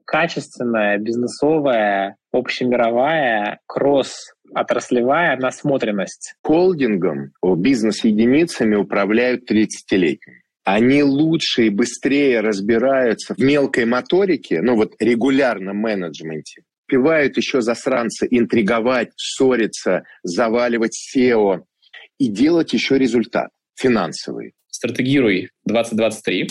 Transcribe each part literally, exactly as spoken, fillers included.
качественная, бизнесовая, общемировая, кросс-отраслевая насмотренность. Холдингом, бизнес-единицами управляют тридцатилетние. Они лучше и быстрее разбираются в мелкой моторике, ну вот регулярном менеджменте. Успевают еще засранцы интриговать, ссориться, заваливать сео и делать еще результат финансовый. Стратегируй двадцать двадцать три.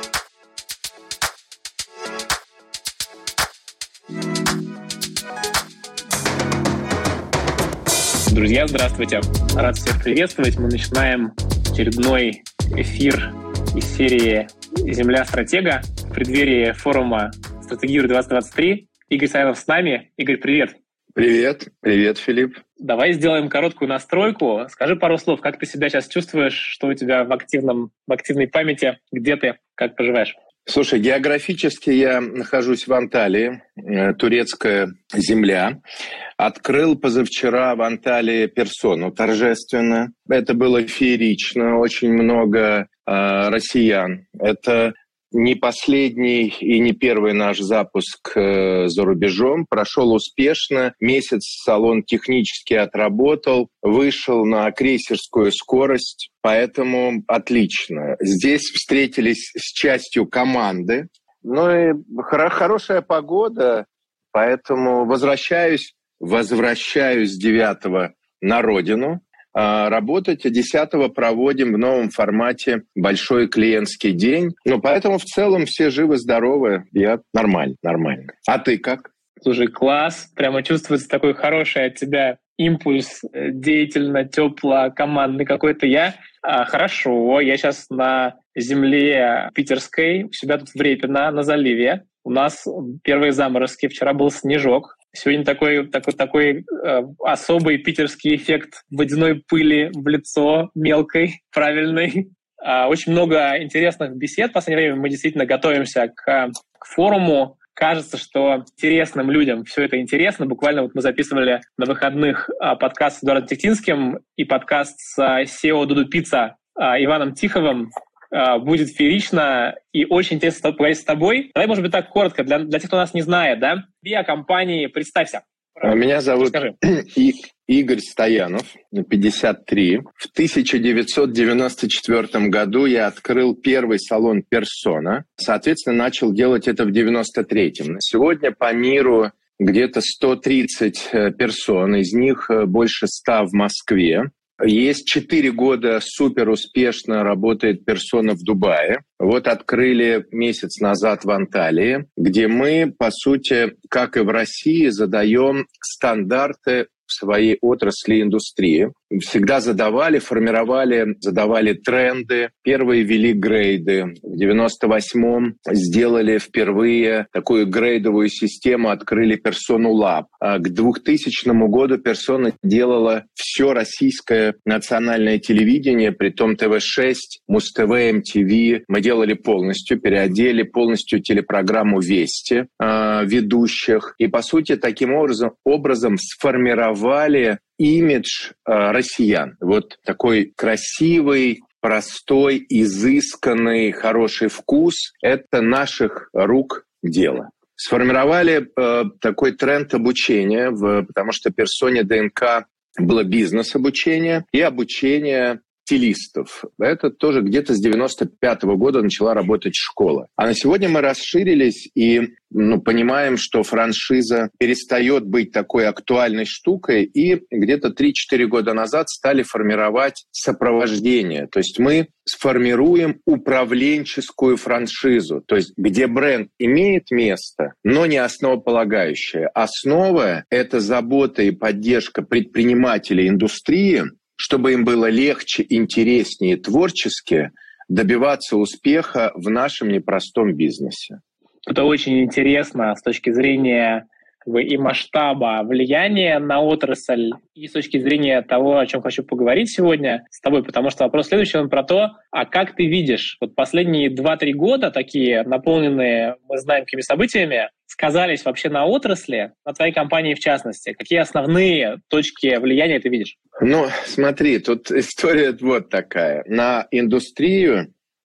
Друзья, здравствуйте. Рад всех приветствовать. Мы начинаем очередной эфир из серии «Земля стратега» в преддверии форума «Стратегируй двадцать двадцать три». Игорь Саянов с нами. Игорь, привет. Привет. Привет, Филипп. Давай сделаем короткую настройку. Скажи пару слов, как ты себя сейчас чувствуешь, что у тебя в, активном, в активной памяти, где ты, как поживаешь? Слушай, географически я нахожусь в Анталии, турецкая земля. Открыл позавчера в Анталии персону торжественно. Это было феерично, очень много э, россиян. Это не последний и не первый наш запуск э, за рубежом. Прошел успешно. Месяц салон технически отработал, вышел на крейсерскую скорость, поэтому отлично. Здесь встретились с частью команды. Ну и хор- хорошая погода, поэтому возвращаюсь, возвращаюсь девятого на родину. Работать, а десятого проводим в новом формате большой клиентский день. Ну, поэтому в целом все живы-здоровы. Я нормально, нормально. А ты как? Слушай, класс. Прямо чувствуется такой хороший от тебя импульс, деятельно, тепло, командный какой-то. Я а, хорошо. Я сейчас на земле питерской, у себя тут в Репино, на заливе. У нас первые заморозки. Вчера был снежок. Сегодня такой, такой, такой э, особый питерский эффект водяной пыли в лицо, мелкой, правильной. Э, очень много интересных бесед. В последнее время мы действительно готовимся к, к форуму. Кажется, что интересным людям все это интересно. Буквально вот мы записывали на выходных э, подкаст с Эдуардом Тектинским и подкаст с э, сео Дуду Пицца э, Иваном Тиховым. Будет феерично и очень интересно поговорить с тобой. Давай, может быть, так коротко, для, для тех, кто нас не знает, да? Тебе о компании представься. Меня зовут И- Игорь Стоянов, пятьдесят три. В тысяча девятьсот девяносто четвёртом году я открыл первый салон «Персона». Соответственно, начал делать это в девяносто третьем. Сегодня по миру где-то сто тридцать персон, из них больше ста в Москве. Есть четыре года супер успешно работает персона в Дубае. Вот открыли месяц назад в Анталии, где мы, по сути, как и в России, задаем стандарты в своей отрасли индустрии. Всегда задавали, формировали, задавали тренды. Первые ввели грейды. В девяносто восьмом сделали впервые такую грейдовую систему, открыли Persona Lab. А к двухтысячному году Persona делала все российское национальное телевидение, притом тэ вэ шесть, Муз-ТВ, эм ти ви. Мы делали полностью, переодели полностью телепрограмму «Вести» э, ведущих. И, по сути, таким образом, образом сформировали имидж э, россиян. Вот такой красивый, простой, изысканный, хороший вкус – это наших рук дело. Сформировали э, такой тренд обучения, в, потому что персоне ДНК было бизнес-обучение и обучение стилистов. Это тоже где-то с девяносто пятого года начала работать школа. А на сегодня мы расширились и ну, понимаем, что франшиза перестает быть такой актуальной штукой, и где-то три-четыре года назад стали формировать сопровождение. То есть мы сформируем управленческую франшизу, то есть где бренд имеет место, но не основополагающее. Основа — это забота и поддержка предпринимателей индустрии, чтобы им было легче, интереснее, творчески добиваться успеха в нашем непростом бизнесе. Это очень интересно с точки зрения как бы, и масштаба влияния на отрасль, и с точки зрения того, о чем хочу поговорить сегодня с тобой, потому что вопрос следующий, он про то, а как ты видишь, вот последние два-три года такие, наполненные, мы знаем, какими событиями, сказались вообще на отрасли, на твоей компании в частности? Какие основные точки влияния ты видишь? Ну, смотри, тут история вот такая. На индустрию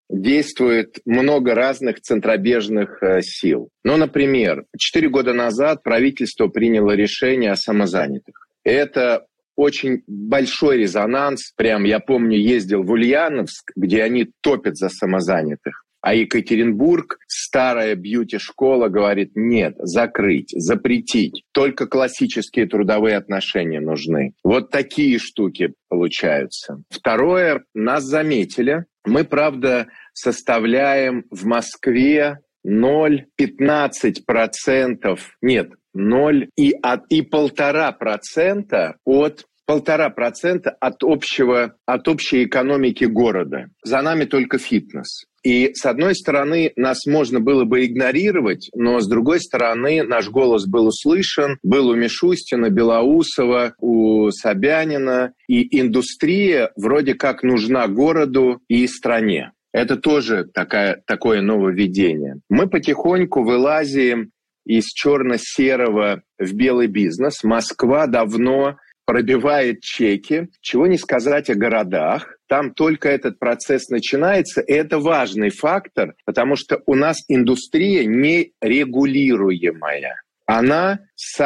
действует много разных центробежных э, сил. Ну, например, четыре года назад правительство приняло решение о самозанятых. Это очень большой резонанс. Прям, я помню, ездил в Ульяновск, где они топят за самозанятых. А Екатеринбург, старая бьюти-школа, говорит, нет, закрыть, запретить. Только классические трудовые отношения нужны. Вот такие штуки получаются. Второе, нас заметили. Мы, правда, составляем в Москве ноль целых пятнадцать процентов, нет, ноль и, от, и полтора процента от полтора процента от общего, от общей экономики города. За нами только фитнес. И, с одной стороны, нас можно было бы игнорировать, но, с другой стороны, наш голос был услышан, был у Мишустина, Белоусова, у Собянина, и индустрия вроде как нужна городу и стране. Это тоже такая, такое нововведение. Мы потихоньку вылазим из черно-серого в белый бизнес. Москва давно пробивает чеки, чего не сказать о городах. Там только этот процесс начинается, и это важный фактор, потому что у нас индустрия нерегулируемая. Она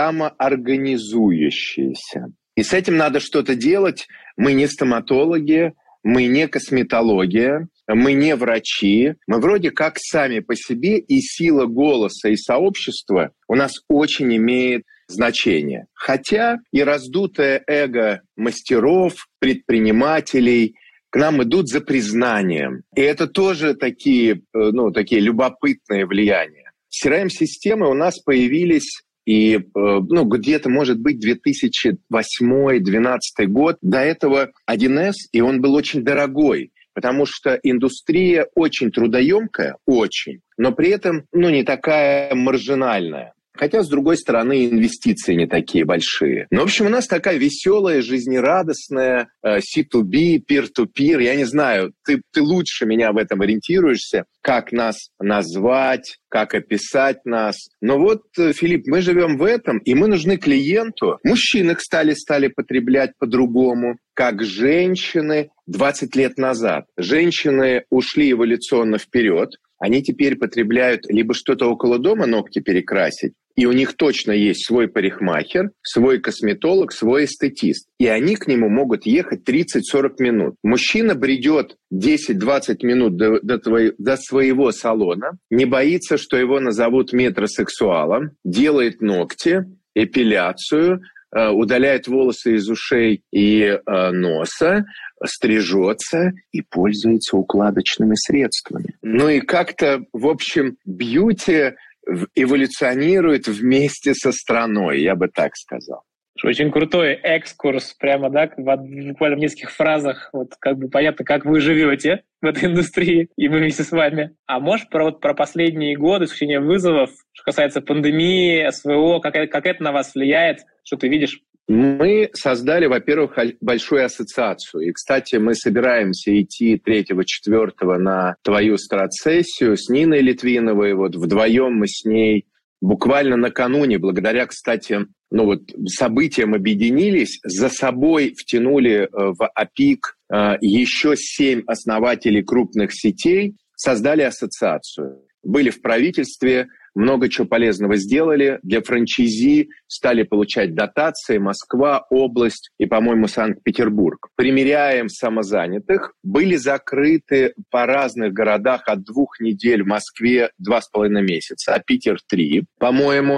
самоорганизующаяся. И с этим надо что-то делать. Мы не стоматологи, мы не косметология, мы не врачи. Мы вроде как сами по себе, и сила голоса, и сообщества у нас очень имеет значение. Хотя и раздутое эго мастеров, предпринимателей к нам идут за признанием. И это тоже такие, ну, такие любопытные влияния. си ар эм-системы у нас появились и ну, где-то, может быть, две тысячи восьмой — две тысячи двенадцатый год. До этого один эс, и он был очень дорогой, потому что индустрия очень трудоемкая, очень, но при этом ну, не такая маржинальная. Хотя, с другой стороны, инвестиции не такие большие. Но, в общем, у нас такая веселая, жизнерадостная си ту би, peer-to-peer. Я не знаю, ты, ты лучше меня в этом ориентируешься, как нас назвать, как описать нас. Но вот, Филипп, мы живем в этом, и мы нужны клиенту. Мужчины стали, стали потреблять по-другому, как женщины двадцать лет назад. Женщины ушли эволюционно вперед. Они теперь потребляют либо что-то около дома, ногти перекрасить, и у них точно есть свой парикмахер, свой косметолог, свой эстетист. И они к нему могут ехать тридцать-сорок минут. Мужчина бредет десять-двадцать минут до, до, твоей, до своего салона, не боится, что его назовут метросексуалом, делает ногти, эпиляцию, удаляет волосы из ушей и э, носа, стрижется и пользуется укладочными средствами. Ну и как-то, в общем, бьюти эволюционирует вместе со страной, я бы так сказал. Очень крутой экскурс, прямо, да, буквально в нескольких фразах, вот как бы понятно, как вы живете в этой индустрии, и мы вместе с вами. А можешь про, вот, про последние годы, исключение вызовов, что касается пандемии, эс вэ о, как, как это на вас влияет, что ты видишь? Мы создали, во-первых, большую ассоциацию. И, кстати, мы собираемся идти третьего-четвёртого на твою стратсессию с Ниной Литвиновой. Вот вдвоем мы с ней буквально накануне, благодаря, кстати, ну вот событиям объединились, за собой втянули в АПИК еще семь основателей крупных сетей, создали ассоциацию. Были в правительстве, много чего полезного сделали. Для франчайзи стали получать дотации Москва, область и, по-моему, Санкт-Петербург. Примеряем самозанятых. Были закрыты по разных городах от двух недель в Москве два с половиной месяца, а Питер три. По-моему,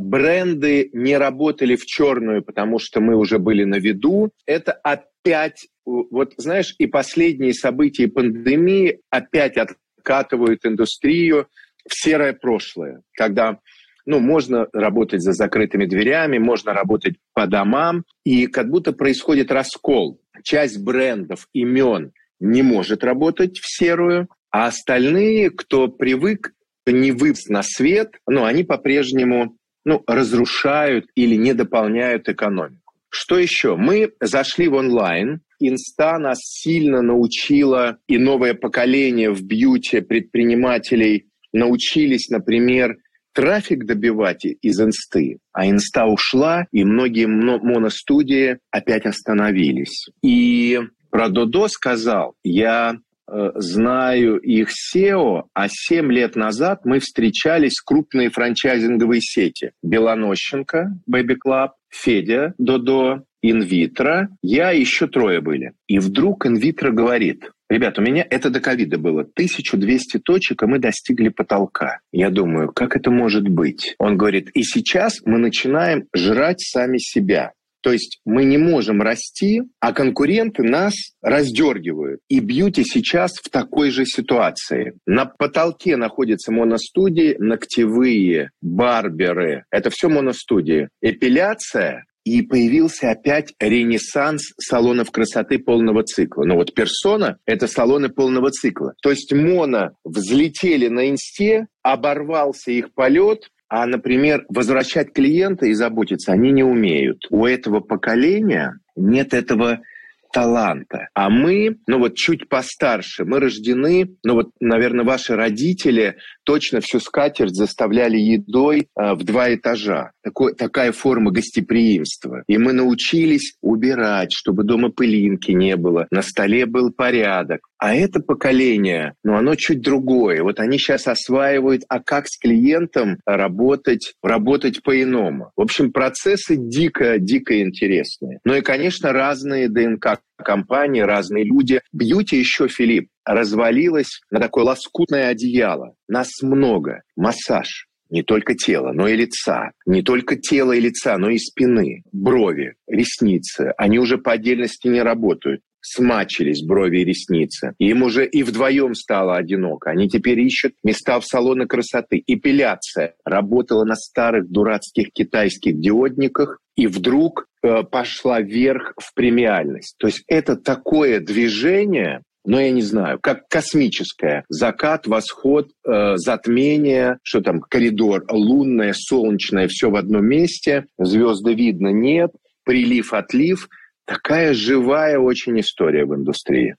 бренды не работали в черную, потому что мы уже были на виду. Это опять, вот знаешь, и последние события пандемии опять откатывают индустрию в серое прошлое, когда ну, можно работать за закрытыми дверями, можно работать по домам, и как будто происходит раскол. Часть брендов, имен не может работать в серую, а остальные, кто привык, не вывез на свет, ну, они по-прежнему ну, разрушают или не дополняют экономику. Что еще? Мы зашли в онлайн. Инста нас сильно научила, и новое поколение в бьюти предпринимателей научились, например, трафик добивать из инсты, а инста ушла, и многие моностудии опять остановились. И про Додо сказал, я э, знаю их сео, а семь лет назад мы встречались крупные франчайзинговые сети. Белонощенко, Baby Club, Федя, Додо, Инвитро, я и еще трое были. И вдруг Инвитро говорит: ребят, у меня это до ковида было, тысяча двести точек, а мы достигли потолка. Я думаю, как это может быть? Он говорит: и сейчас мы начинаем жрать сами себя. То есть мы не можем расти, а конкуренты нас раздергивают. И бьюти сейчас в такой же ситуации. На потолке находятся моностудии, ногтевые, барберы. Это все моностудии. Эпиляция. И появился опять ренессанс салонов красоты полного цикла. Но вот персона – это салоны полного цикла. То есть моно взлетели на инсте, оборвался их полет, а, например, возвращать клиента и заботиться они не умеют. У этого поколения нет этого таланта. А мы, ну вот чуть постарше, мы рождены, ну вот, наверное, ваши родители точно всю скатерть заставляли едой э, в два этажа. Такой, такая форма гостеприимства. И мы научились убирать, чтобы дома пылинки не было, на столе был порядок. А это поколение, ну оно чуть другое. Вот они сейчас осваивают, а как с клиентом работать, работать по-иному. В общем, процессы дико-дико интересные. Ну и, конечно, разные ДНК компании, разные люди. Бьюти еще, Филипп, развалилась на такое лоскутное одеяло. Нас много. Массаж. Не только тела, но и лица. Не только тела и лица, но и спины, брови, ресницы. Они уже по отдельности не работают. Смачились брови и ресницы. И им уже и вдвоем стало одиноко. Они теперь ищут места в салоны красоты. Эпиляция работала на старых дурацких китайских диодниках и вдруг э, пошла вверх в премиальность. То есть это такое движение, но я не знаю, как космическое. Закат, восход, э, затмение, что там, коридор, лунное, солнечное, все в одном месте. Звезды видно, нет. Прилив, отлив. Такая живая очень история в индустрии.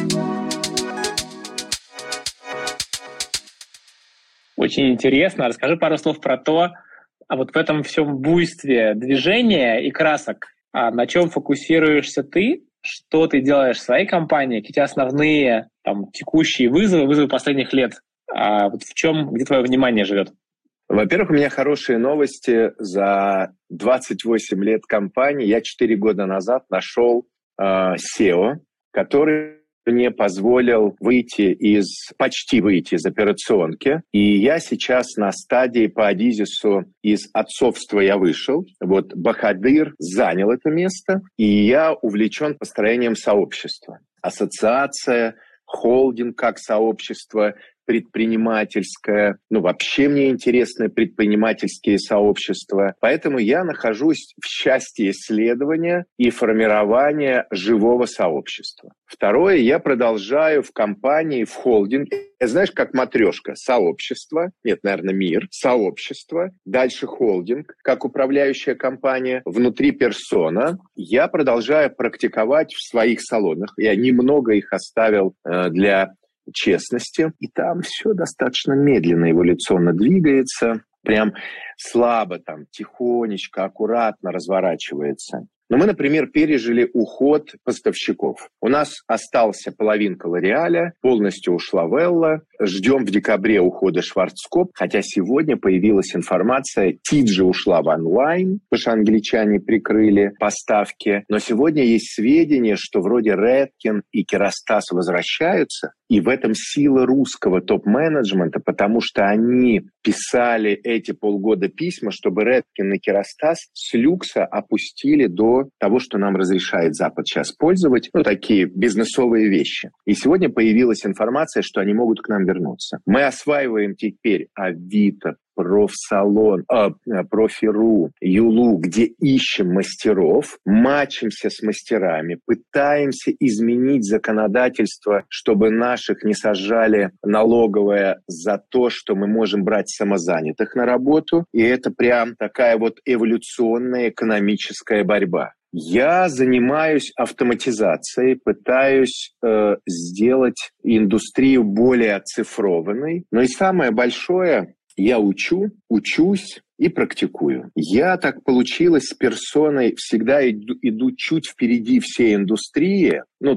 Очень интересно. Расскажи пару слов про то, а вот в этом всем буйстве движения и красок, а на чем фокусируешься ты, что ты делаешь в своей компании, какие основные там, текущие вызовы, вызовы последних лет, а вот в чем, где твое внимание живет? Во-первых, у меня хорошие новости. За двадцать восемь лет компании я четыре года назад нашел э, сео, который мне позволил выйти из, почти выйти из операционки. И я сейчас на стадии по Адизису из отцовства я вышел. Вот Бахадыр занял это место, и я увлечен построением сообщества. Ассоциация, холдинг как сообщество, предпринимательское. Ну, вообще мне интересны предпринимательские сообщества. Поэтому я нахожусь в части исследования и формирования живого сообщества. Второе, я продолжаю в компании, в холдинге. Знаешь, как матрешка. Сообщество, нет, наверное, мир, сообщество, дальше холдинг, как управляющая компания, внутри персона. Я продолжаю практиковать в своих салонах. Я немного их оставил э, для честности. И там все достаточно медленно, эволюционно двигается. Прям слабо там, тихонечко, аккуратно разворачивается. Но мы, например, пережили уход поставщиков. У нас остался половинка Лореаля, полностью ушла Велла. Ждем в декабре ухода Шварцкоп. Хотя сегодня появилась информация, Тиджи ушла в онлайн, потому что англичане прикрыли поставки. Но сегодня есть сведения, что вроде Redken и Kerastase возвращаются. И в этом сила русского топ-менеджмента, потому что они писали эти полгода письма, чтобы Redken и Kerastase с люкса опустили до того, что нам разрешает Запад сейчас пользовать, ну, такие бизнесовые вещи. И сегодня появилась информация, что они могут к нам вернуться. Мы осваиваем теперь Авито, профсалон, э, профи.ру, Юлу, где ищем мастеров, мачимся с мастерами, пытаемся изменить законодательство, чтобы наших не сажали налоговое за то, что мы можем брать самозанятых на работу. И это прям такая вот эволюционная экономическая борьба. Я занимаюсь автоматизацией, пытаюсь э, сделать индустрию более оцифрованной. Но и самое большое, я учу, учусь и практикую. Я, так получилось, с персоной всегда иду, иду чуть впереди всей индустрии. Ну, так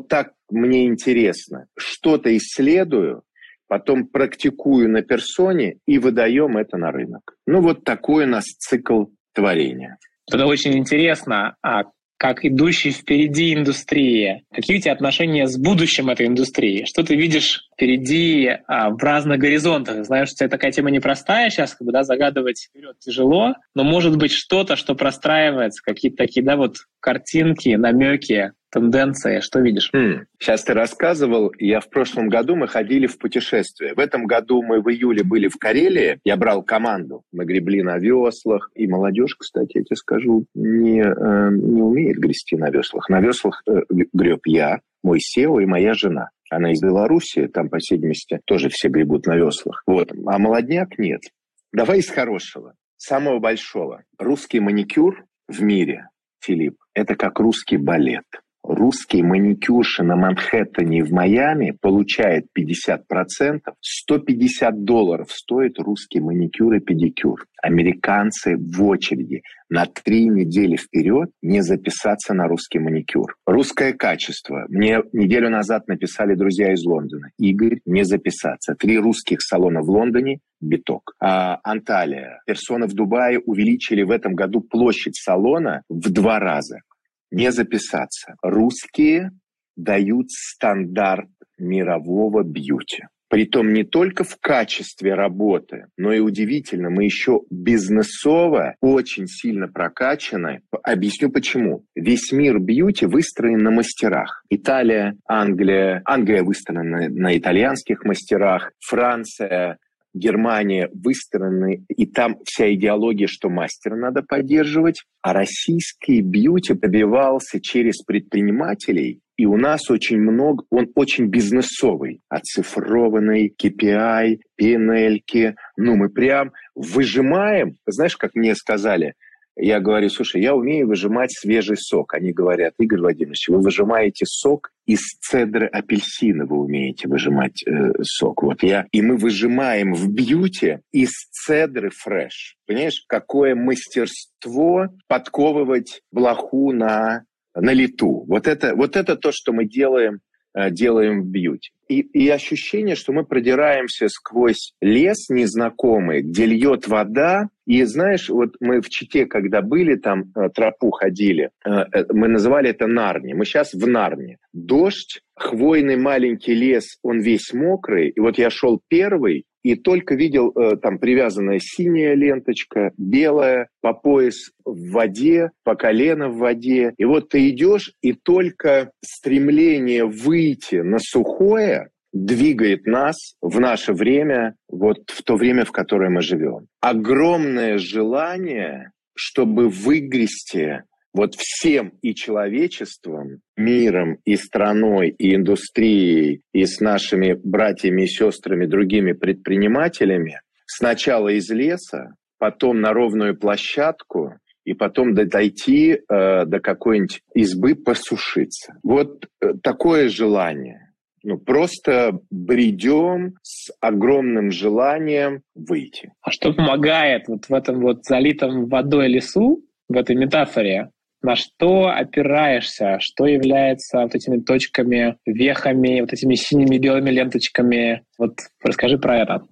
мне интересно, что-то исследую, потом практикую на персоне и выдаем это на рынок. Ну, вот такой у нас цикл творения. Это очень интересно. А как идущий впереди индустрии, какие у тебя отношения с будущим этой индустрии? Что ты видишь впереди а, в разных горизонтах? Знаешь, что такая тема непростая сейчас, как бы, да, загадывать вперед тяжело, но может быть что-то, что простраивается, какие-то такие, да, вот картинки, намеки, тенденции, что видишь? Хм. Сейчас ты рассказывал, я в прошлом году мы ходили в путешествие. В этом году мы в июле были в Карелии, я брал команду, мы гребли на веслах, и молодежь, кстати, я тебе скажу, не, э, не умеет грести на веслах. На веслах э, греб я, мой сео и моя жена. Она из Беларуси, там по всей видимости тоже все гребут на веслах. Вот. А молодняк нет. Давай из хорошего, самого большого. Русский маникюр в мире, Филипп, это как русский балет. Русский маникюрша на Манхэттене и в Майами получает пятьдесят процентов. сто пятьдесят долларов стоит русский маникюр и педикюр. Американцы в очереди на три недели вперед не записаться на русский маникюр. Русское качество. Мне неделю назад написали друзья из Лондона. Игорь, не записаться. Три русских салона в Лондоне. Биток. А, Анталия. Персоны в Дубае увеличили в этом году площадь салона в два раза. Не записаться. Русские дают стандарт мирового бьюти. Притом не только в качестве работы, но и удивительно, мы еще бизнесово очень сильно прокачаны. Объясню почему. Весь мир бьюти выстроен на мастерах. Италия, Англия. Англия выстроена на, на итальянских мастерах. Франция, Германия выстроены, и там вся идеология, что мастера надо поддерживать, а российский бьюти пробивался через предпринимателей, и у нас очень много, он очень бизнесовый, оцифрованный, кей пи ай, пи эн эл-ки, ну мы прям выжимаем, знаешь, как мне сказали, я говорю, слушай, я умею выжимать свежий сок. Они говорят, Игорь Владимирович, вы выжимаете сок из цедры апельсина, вы умеете выжимать э, сок. Вот я, и мы выжимаем в бьюти из цедры фреш. Понимаешь, какое мастерство подковывать блоху на, на лету. Вот это, вот это то, что мы делаем, э, делаем в бьюти. И, и ощущение, что мы продираемся сквозь лес незнакомый, где льет вода. И знаешь, вот мы в Чите, когда были, там тропу ходили, мы называли это Нарни. Мы сейчас в Нарни. Дождь, хвойный маленький лес, он весь мокрый. И вот я шел первый, и только видел там привязанная синяя ленточка, белая, по пояс в воде, по колено в воде. И вот ты идешь, и только стремление выйти на сухое двигает нас в наше время, вот в то время, в которое мы живем. Огромное желание, чтобы выгрести вот всем и человечеством, миром, и страной, и индустрией, и с нашими братьями и сестрами, другими предпринимателями, сначала из леса, потом на ровную площадку, и потом дойти э, до какой-нибудь избы посушиться. Вот э, такое желание. Ну, просто бредем с огромным желанием выйти. А что помогает вот в этом вот залитом водой лесу, в этой метафоре? На что опираешься? Что является вот этими точками, вехами, вот этими синими белыми ленточками? Вот расскажи про это.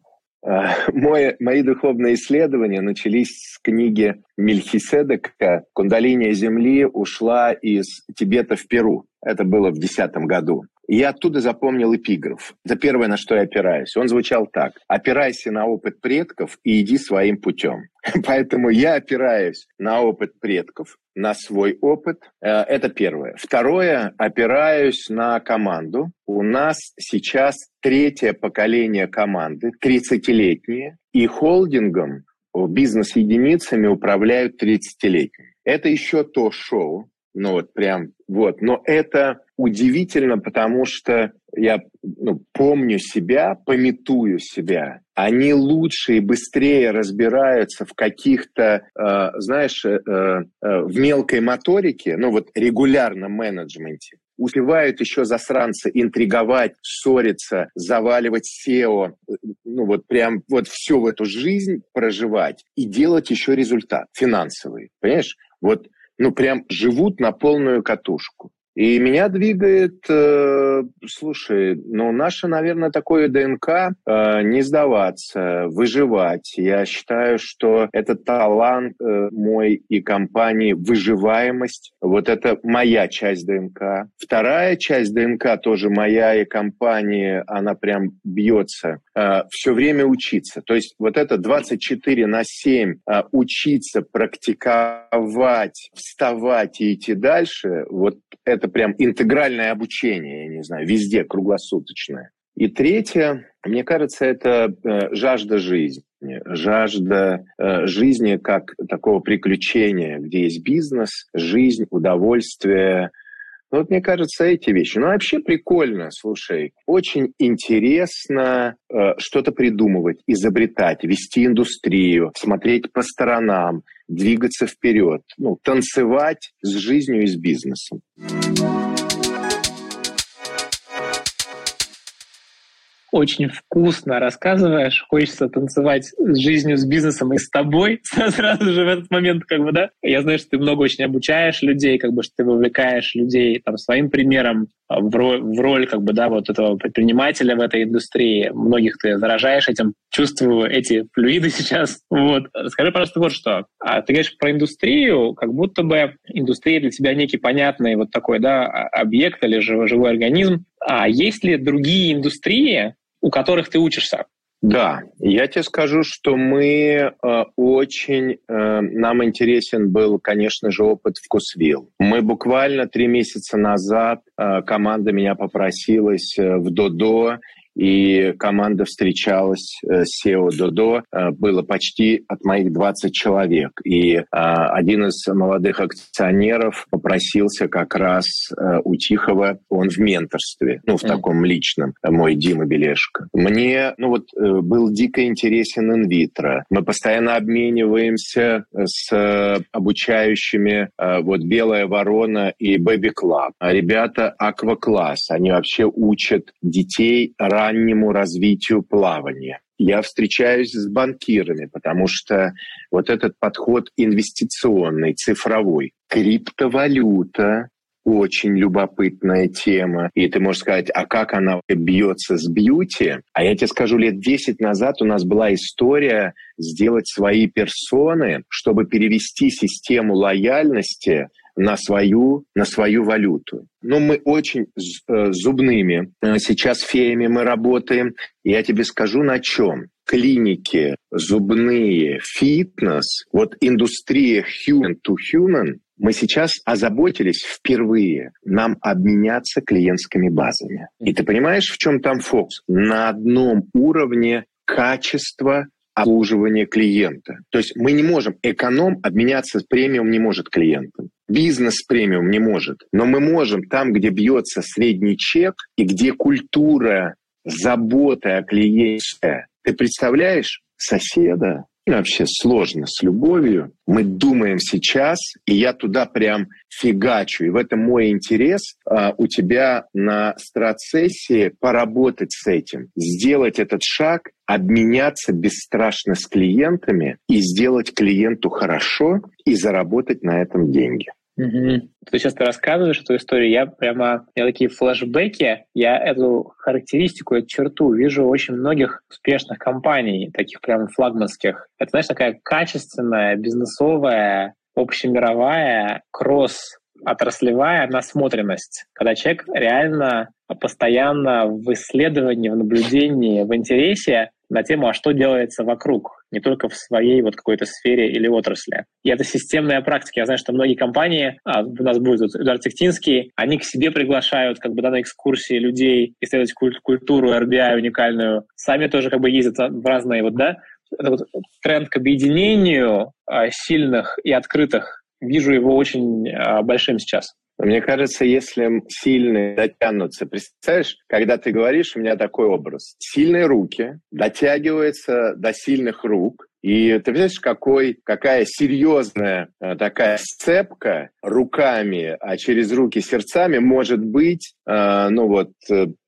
Мой, мои духовные исследования начались с книги Мельхиседека «Кундалиния Земли ушла из Тибета в Перу». Это было в десятом году. И я оттуда запомнил эпиграф. Это первое, на что я опираюсь. Он звучал так. «Опирайся на опыт предков и иди своим путем». Поэтому я опираюсь на опыт предков, на свой опыт. Это первое. Второе, опираюсь на команду. У нас сейчас третье поколение команды, тридцатилетние, и холдингом, бизнес-единицами управляют тридцатилетние. Это еще то шоу. Ну вот прям вот. Но это удивительно, потому что я ну, помню себя, памятую себя. Они лучше и быстрее разбираются в каких-то, э, знаешь, э, э, в мелкой моторике, ну вот регулярном менеджменте. Успевают еще засранцы интриговать, ссориться, заваливать сео, ну вот прям вот всю в эту жизнь проживать и делать еще результат финансовый. Понимаешь? Вот ну, прям живут на полную катушку. И меня двигает, э, слушай, ну, наше, наверное, такое ДНК э, не сдаваться, выживать. Я считаю, что это талант э, мой и компании, выживаемость. Вот это моя часть ДНК. Вторая часть ДНК тоже моя и компании, она прям бьется. Э, все время учиться. То есть вот это двадцать четыре на семь э, учиться, практиковать, вставать и идти дальше, вот это прям интегральное обучение, я не знаю, везде, круглосуточное. И третье, мне кажется, это э, жажда жизни. Жажда э, жизни как такого приключения, где есть бизнес, жизнь, удовольствие. Ну, вот мне кажется, эти вещи. Ну, вообще прикольно, слушай. Очень интересно э, что-то придумывать, изобретать, вести индустрию, смотреть по сторонам, двигаться вперед, ну, танцевать с жизнью и с бизнесом. Очень вкусно рассказываешь, хочется танцевать с жизнью, с бизнесом и с тобой сразу же в этот момент, как бы, да. Я знаю, что ты много очень обучаешь людей, как бы, что ты вовлекаешь людей там своим примером в роль, в роль, как бы, да, вот этого предпринимателя в этой индустрии. Многих ты заражаешь этим. Чувствую эти флюиды сейчас. Вот. Скажи, пожалуйста, вот что. А ты говоришь про индустрию, как будто бы индустрия для тебя некий понятный вот такой, да, объект или живой организм. А есть ли другие индустрии, у которых ты учишься? Да, я тебе скажу, что мы э, очень, э, нам интересен был, конечно же, опыт Вкусвилл. Мы буквально три месяца назад, э, команда меня попросилась э, в Додо, и команда встречалась с си и о Додо. Было почти от моих двадцать человек. И один из молодых акционеров попросился как раз у Тихого, он в менторстве, ну, в mm. таком личном, мой Дима Белешко. Мне, ну вот, был дико интересен инвитро. Мы постоянно обмениваемся с обучающими вот Белая Ворона и Baby Club. Ребята Аквакласс, они вообще учат детей раннему развитию плавания. Я встречаюсь с банкирами, потому что вот этот подход инвестиционный, цифровой, криптовалюта, очень любопытная тема. И ты можешь сказать, а как она бьется с бьюти? А я тебе скажу, лет десять назад у нас была история сделать свои персоны, чтобы перевести систему лояльности на свою, на свою валюту. Но мы очень зубными. Сейчас феями мы работаем. Я тебе скажу, на чем. Клиники, зубные, фитнес, вот индустрия human to human, мы сейчас озаботились впервые нам обменяться клиентскими базами. И ты понимаешь, в чем там фокус? На одном уровне качества обслуживания клиента. То есть мы не можем, эконом обменяться с премиум не может клиентам. Бизнес премиум не может. Но мы можем там, где бьется средний чек и где культура заботы о клиенте. Ты представляешь соседа? Вообще сложно с любовью. Мы думаем сейчас, и я туда прям фигачу. И в этом мой интерес а, у тебя на страт-сессии поработать с этим, сделать этот шаг, обменяться бесстрашно с клиентами и сделать клиенту хорошо и заработать на этом деньги. Угу. Ты сейчас ты рассказываешь эту историю, я прямо, у меня такие флешбеки, я эту характеристику, эту черту вижу у очень многих успешных компаний, таких прям флагманских. Это, знаешь, такая качественная, бизнесовая, общемировая, кросс-отраслевая насмотренность, когда человек реально постоянно в исследовании, в наблюдении, в интересе на тему, а что делается вокруг, не только в своей вот какой-то сфере или отрасли. И это системная практика. Я знаю, что многие компании, а, у нас будет Эдуард Тихтинский, они к себе приглашают как бы да, на экскурсии людей исследовать куль- культуру эр би ай уникальную. Сами тоже как бы ездят в разные вот, да, это вот тренд к объединению а, сильных и открытых. Вижу его очень а, большим сейчас. Мне кажется, если сильные дотянутся, представляешь, когда ты говоришь, у меня такой образ. Сильные руки дотягиваются до сильных рук, и ты понимаешь, какой, какая серьезная такая сцепка руками, а через руки сердцами может быть, э, ну вот,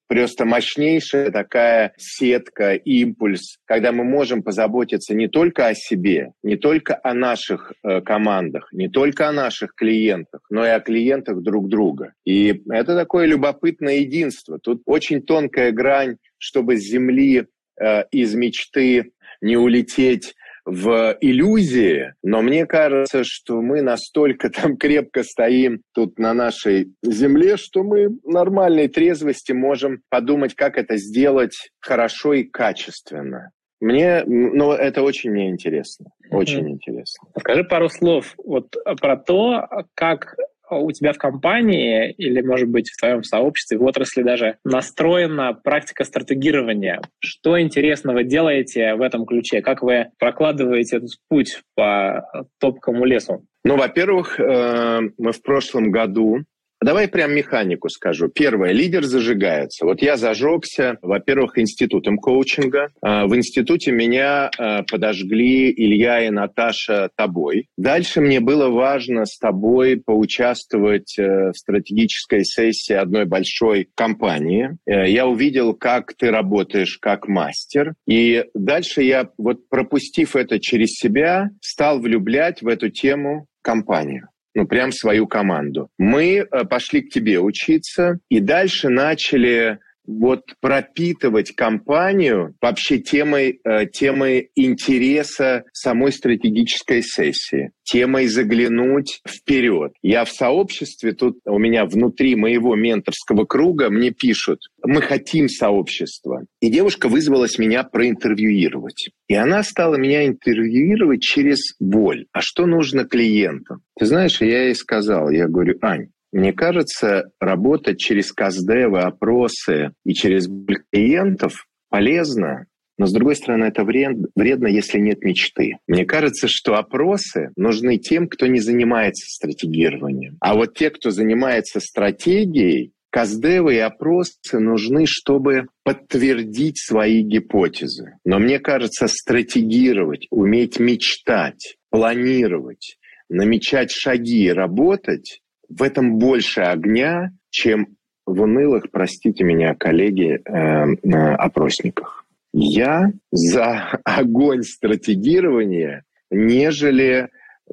просто мощнейшая такая сетка, импульс, когда мы можем позаботиться не только о себе, не только о наших э, командах, не только о наших клиентах, но и о клиентах друг друга. И это такое любопытное единство. Тут очень тонкая грань, чтобы с земли э, из мечты не улететь в иллюзии, но мне кажется, что мы настолько там крепко стоим тут на нашей земле, что мы нормальной трезвости можем подумать, как это сделать хорошо и качественно. Мне, ну, это очень мне интересно, очень mm-hmm. интересно. Скажи пару слов вот про то, как у тебя в компании или, может быть, в твоем сообществе, в отрасли даже настроена практика стратегирования. Что интересного делаете в этом ключе? Как вы прокладываете этот путь по топкому лесу? Ну, во-первых, мы в прошлом году... Давай прям механику скажу. Первое. Лидер зажигается. Вот я зажегся, во-первых, институтом коучинга. В институте меня подожгли Илья и Наташа тобой. Дальше мне было важно с тобой поучаствовать в стратегической сессии одной большой компании. Я увидел, как ты работаешь как мастер. И дальше я, вот пропустив это через себя, стал влюблять в эту тему компанию. Ну, прям свою команду. Мы пошли к тебе учиться, и дальше начали вот пропитывать компанию вообще темой, темой интереса самой стратегической сессии, темой заглянуть вперед. Я в сообществе, тут у меня внутри моего менторского круга мне пишут, мы хотим сообщества. И девушка вызвалась меня проинтервьюировать. И она стала меня интервьюировать через боль. А что нужно клиентам? Ты знаешь, я ей сказал, я говорю, Ань, мне кажется, работать через каздевы, опросы и через клиентов полезно, но, с другой стороны, это вредно, если нет мечты. Мне кажется, что опросы нужны тем, кто не занимается стратегированием. А вот те, кто занимается стратегией, каздевы и опросы нужны, чтобы подтвердить свои гипотезы. Но мне кажется, стратегировать, уметь мечтать, планировать, намечать шаги и работать — в этом больше огня, чем в унылых, простите меня, коллеги, э, э, опросниках. Я за огонь стратегирования, нежели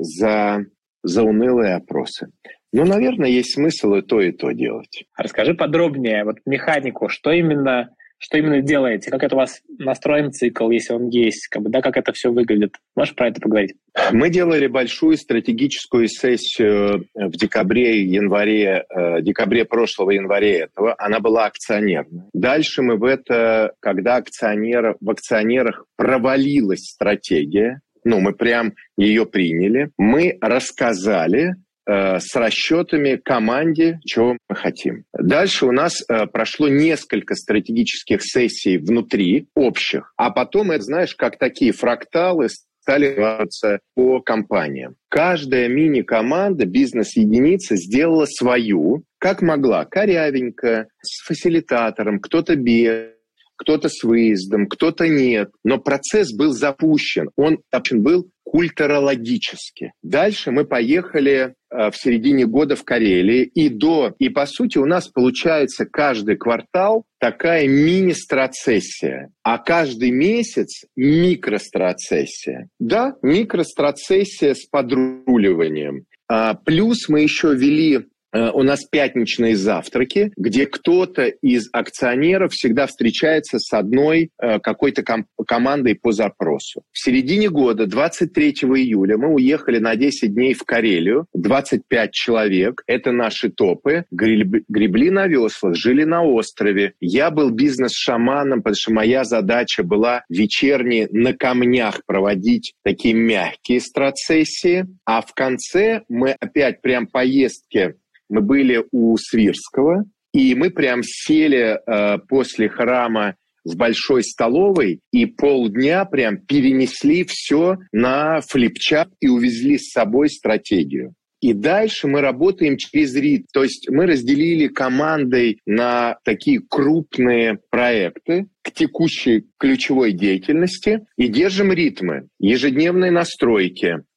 за, за унылые опросы. Ну, наверное, есть смысл и то, и то делать. Расскажи подробнее вот механику, что именно, что именно делаете, как это у вас настроен цикл, если он есть, как бы, да, как это все выглядит. Можешь про это поговорить? Мы делали большую стратегическую сессию в декабре, январе, э, декабре прошлого, январе этого. Она была акционерной. Дальше мы в это, когда акционер, в акционерах провалилась стратегия, ну, мы прям ее приняли, мы рассказали с расчетами команде, чего мы хотим. Дальше у нас э, прошло несколько стратегических сессий внутри, общих, а потом, это знаешь, как такие фракталы стали развиваться по компаниям. Каждая мини-команда, бизнес-единица сделала свою, как могла, корявенько, с фасилитатором, кто-то без, кто-то с выездом, кто-то нет. Но процесс был запущен, он был культурологически. Дальше мы поехали э, в середине года в Карелии, и до, и по сути у нас получается каждый квартал такая мини-страцессия, а каждый месяц микрострацессия. Да, микрострацессия с подруливанием. А, плюс мы еще ввели у нас пятничные завтраки, где кто-то из акционеров всегда встречается с одной э, какой-то ком- командой по запросу. В середине года, двадцать третьего июля, мы уехали на десять дней в Карелию, двадцать пять человек, это наши топы, греб- гребли на веслах, жили на острове. Я был бизнес-шаманом, потому что моя задача была вечерние на камнях проводить такие мягкие страцессии, а в конце мы опять прям поездки. Мы были у Свирского, и мы прям сели э, после храма в большой столовой и полдня прям перенесли все на флипчарт и увезли с собой стратегию. И дальше мы работаем через ритм. То есть мы разделили командой на такие крупные проекты к текущей ключевой деятельности и держим ритмы, ежедневные настройки,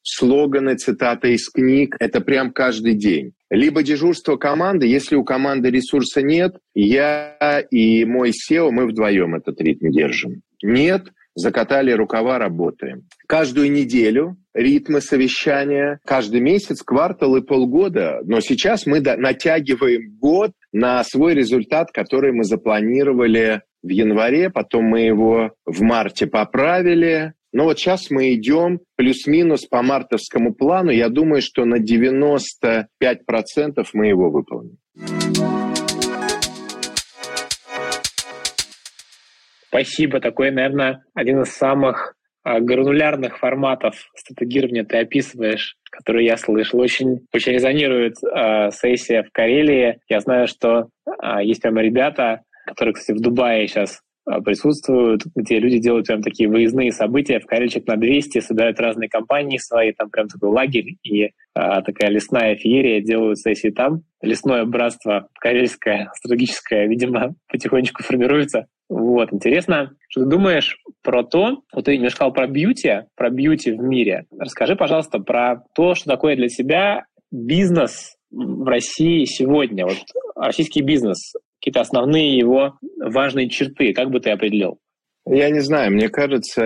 слоганы, цитаты из книг. Это прям каждый день. Либо дежурство команды. Если у команды ресурса нет, я и мой сео, мы вдвоем этот ритм держим. Нет, закатали рукава, работаем. Каждую неделю ритмы совещания, каждый месяц, квартал и полгода. Но сейчас мы натягиваем год на свой результат, который мы запланировали в январе, потом мы его в марте поправили. Но вот сейчас мы идем плюс-минус по мартовскому плану. Я думаю, что на девяносто пять процентов мы его выполним. Спасибо. Такой, наверное, один из самых а, гранулярных форматов стратегирования ты описываешь, который я слышал. Очень, очень резонирует а, сессия в Карелии. Я знаю, что а, есть прямо ребята, которые, кстати, в Дубае сейчас а, присутствуют, где люди делают прям такие выездные события в Карельчик на двести, собирают разные компании свои, там прям такой лагерь и а, такая лесная феерия, делают сессии там. Лесное братство карельское, стратегическое, видимо, потихонечку формируется. Вот, интересно, что ты думаешь про то, вот ты не сказал про бьюти, про бьюти в мире. Расскажи, пожалуйста, про то, что такое для тебя бизнес в России сегодня. Вот российский бизнес, какие-то основные его важные черты, как бы ты определил? Я не знаю, мне кажется,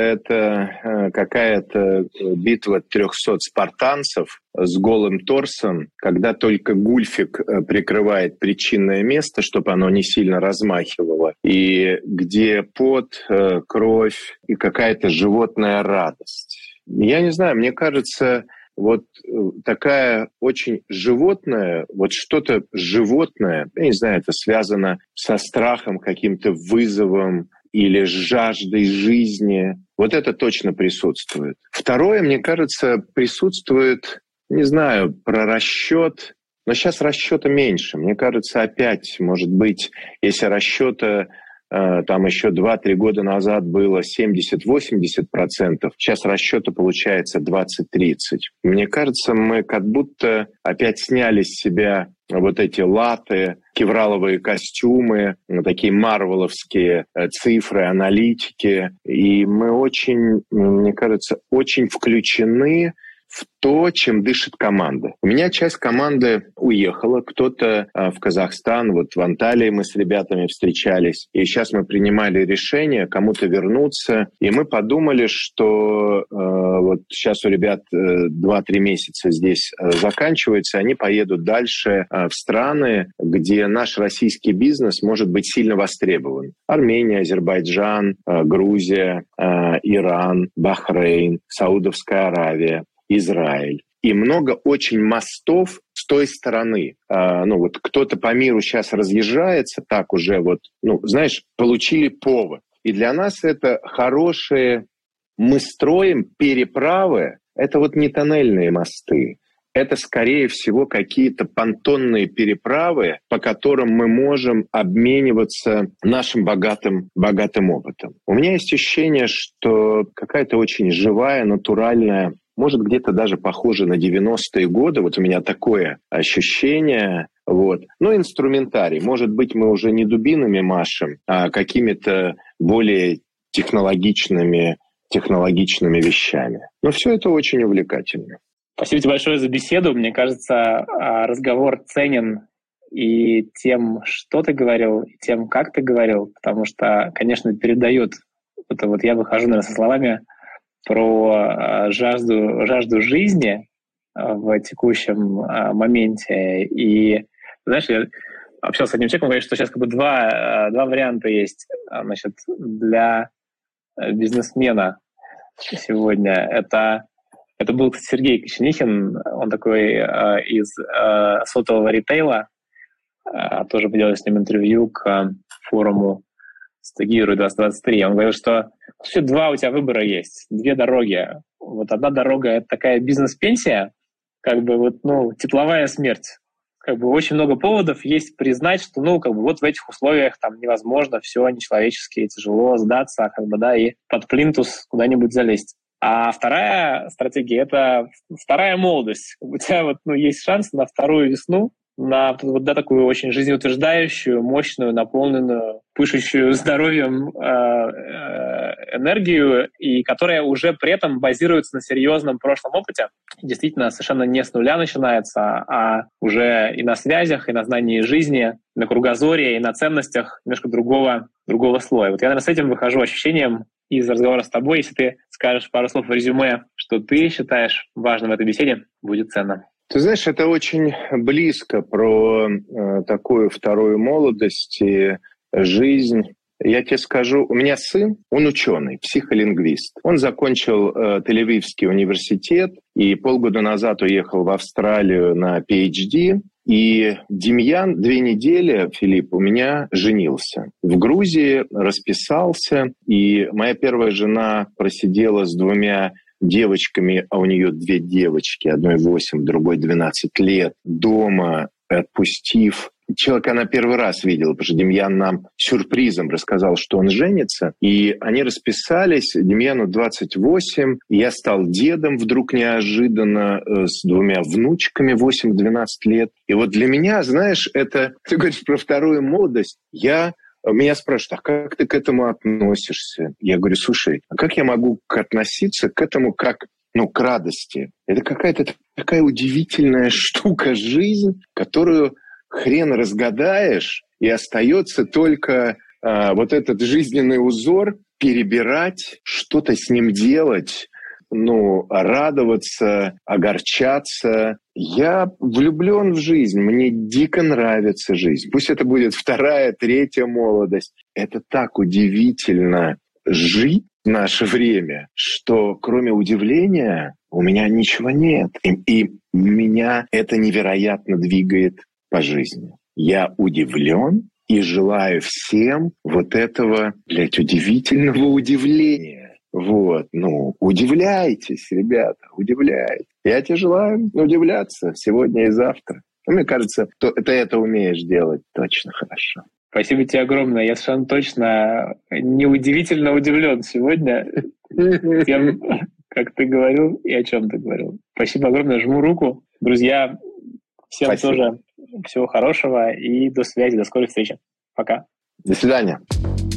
это какая-то битва трехсот спартанцев с голым торсом, когда только гульфик прикрывает причинное место, чтобы оно не сильно размахивало, и где пот, кровь и какая-то животная радость. Я не знаю, мне кажется, вот такая очень животная, вот что-то животное, я не знаю, это связано со страхом, каким-то вызовом, или с жаждой жизни. Вот это точно присутствует. Второе, мне кажется, присутствует, не знаю, про расчет, но сейчас расчета меньше. Мне кажется, опять, может быть, если расчета э, там еще два-три года назад было семьдесят-восемьдесят процентов, сейчас расчета получается двадцать-тридцать. Мне кажется, мы как будто опять сняли с себя вот эти латы, кевраловые костюмы, такие марвеловские цифры, аналитики. И мы очень, мне кажется, очень включены в то, чем дышит команда. У меня часть команды уехала, кто-то в Казахстан, вот в Анталии мы с ребятами встречались, и сейчас мы принимали решение кому-то вернуться, и мы подумали, что э, вот сейчас у ребят э, два-три месяца здесь э, заканчивается, они поедут дальше э, в страны, где наш российский бизнес может быть сильно востребован. Армения, Азербайджан, э, Грузия, э, Иран, Бахрейн, Саудовская Аравия, Израиль. И много очень мостов с той стороны. А, ну вот кто-то по миру сейчас разъезжается, так уже вот, ну, знаешь, получили повод. И для нас это хорошие... Мы строим переправы, это вот не тоннельные мосты. Это, скорее всего, какие-то понтонные переправы, по которым мы можем обмениваться нашим богатым, богатым опытом. У меня есть ощущение, что какая-то очень живая, натуральная, может, где-то даже похоже на девяностые годы. Вот у меня такое ощущение. Вот. Ну, инструментарий. Может быть, мы уже не дубинами машем, а какими-то более технологичными, технологичными вещами. Но все это очень увлекательно. Спасибо тебе большое за беседу. Мне кажется, разговор ценен и тем, что ты говорил, и тем, как ты говорил, потому что, конечно, передает. Это вот я выхожу, наверное, со словами про жажду, жажду жизни в текущем моменте. И, знаешь, я общался с одним человеком, он говорит, что сейчас как бы два, два варианта есть, значит, для бизнесмена сегодня. Это, это был, кстати, Сергей Коченихин, он такой э, из э, сотового ритейла, э, тоже поделали с ним интервью к форуму «Стратегируй двадцать двадцать три». Он говорил, что вообще два у тебя выбора есть, две дороги. Вот одна дорога — это такая бизнес-пенсия, как бы вот, ну, тепловая смерть. Как бы очень много поводов есть признать, что, ну, как бы вот в этих условиях там невозможно, все нечеловечески, тяжело сдаться, как бы, да, и под плинтус куда-нибудь залезть. А вторая стратегия — это вторая молодость. У тебя вот, ну, есть шанс на вторую весну, на вот, да, такую очень жизнеутверждающую, мощную, наполненную, пышущую здоровьем э, э, энергию, и которая уже при этом базируется на серьезном прошлом опыте. Действительно, совершенно не с нуля начинается, а уже и на связях, и на знании жизни, на кругозоре, и на ценностях немножко другого, другого слоя. Вот я, наверное, с этим выхожу ощущением из разговора с тобой. Если ты скажешь пару слов в резюме, что ты считаешь важным в этой беседе, будет ценно. Ты знаешь, это очень близко про э, такую вторую молодость и жизнь. Я тебе скажу, у меня сын, он ученый, психолингвист. Он закончил э, Тель-Авивский университет и полгода назад уехал в Австралию на пи эйч ди. И Демьян две недели, Филипп, у меня женился. В Грузии расписался, и моя первая жена просидела с двумя девочками, а у нее две девочки, одной восемь, другой двенадцать лет, дома, отпустив. Человека она первый раз видела, потому что Демьян нам сюрпризом рассказал, что он женится. И они расписались, Демьяну двадцать восемь, я стал дедом вдруг неожиданно с двумя внучками восемь-двенадцать лет. И вот для меня, знаешь, это, ты говоришь про вторую молодость, я... Меня спрашивают, а как ты к этому относишься? Я говорю, слушай, а как я могу относиться к этому как, ну, к радости? Это какая-то такая удивительная штука, жизнь, которую хрен разгадаешь, и остается только а, вот этот жизненный узор перебирать, что-то с ним делать, ну, радоваться, огорчаться. Я влюблен в жизнь, мне дико нравится жизнь. Пусть это будет вторая, третья молодость. Это так удивительно жить в наше время, что кроме удивления у меня ничего нет. И, и меня это невероятно двигает по жизни. Я удивлен и желаю всем вот этого, блядь, удивительного удивления. Вот, ну, удивляйтесь, ребята, удивляйтесь. Я тебе желаю удивляться сегодня и завтра. Мне кажется, то, ты это умеешь делать точно хорошо. Спасибо тебе огромное. Я совершенно точно неудивительно удивлен сегодня тем, как ты говорил и о чем ты говорил. Спасибо огромное. Жму руку. Друзья, всем Спасибо. Тоже всего хорошего и до связи, до скорой встречи. Пока. До свидания.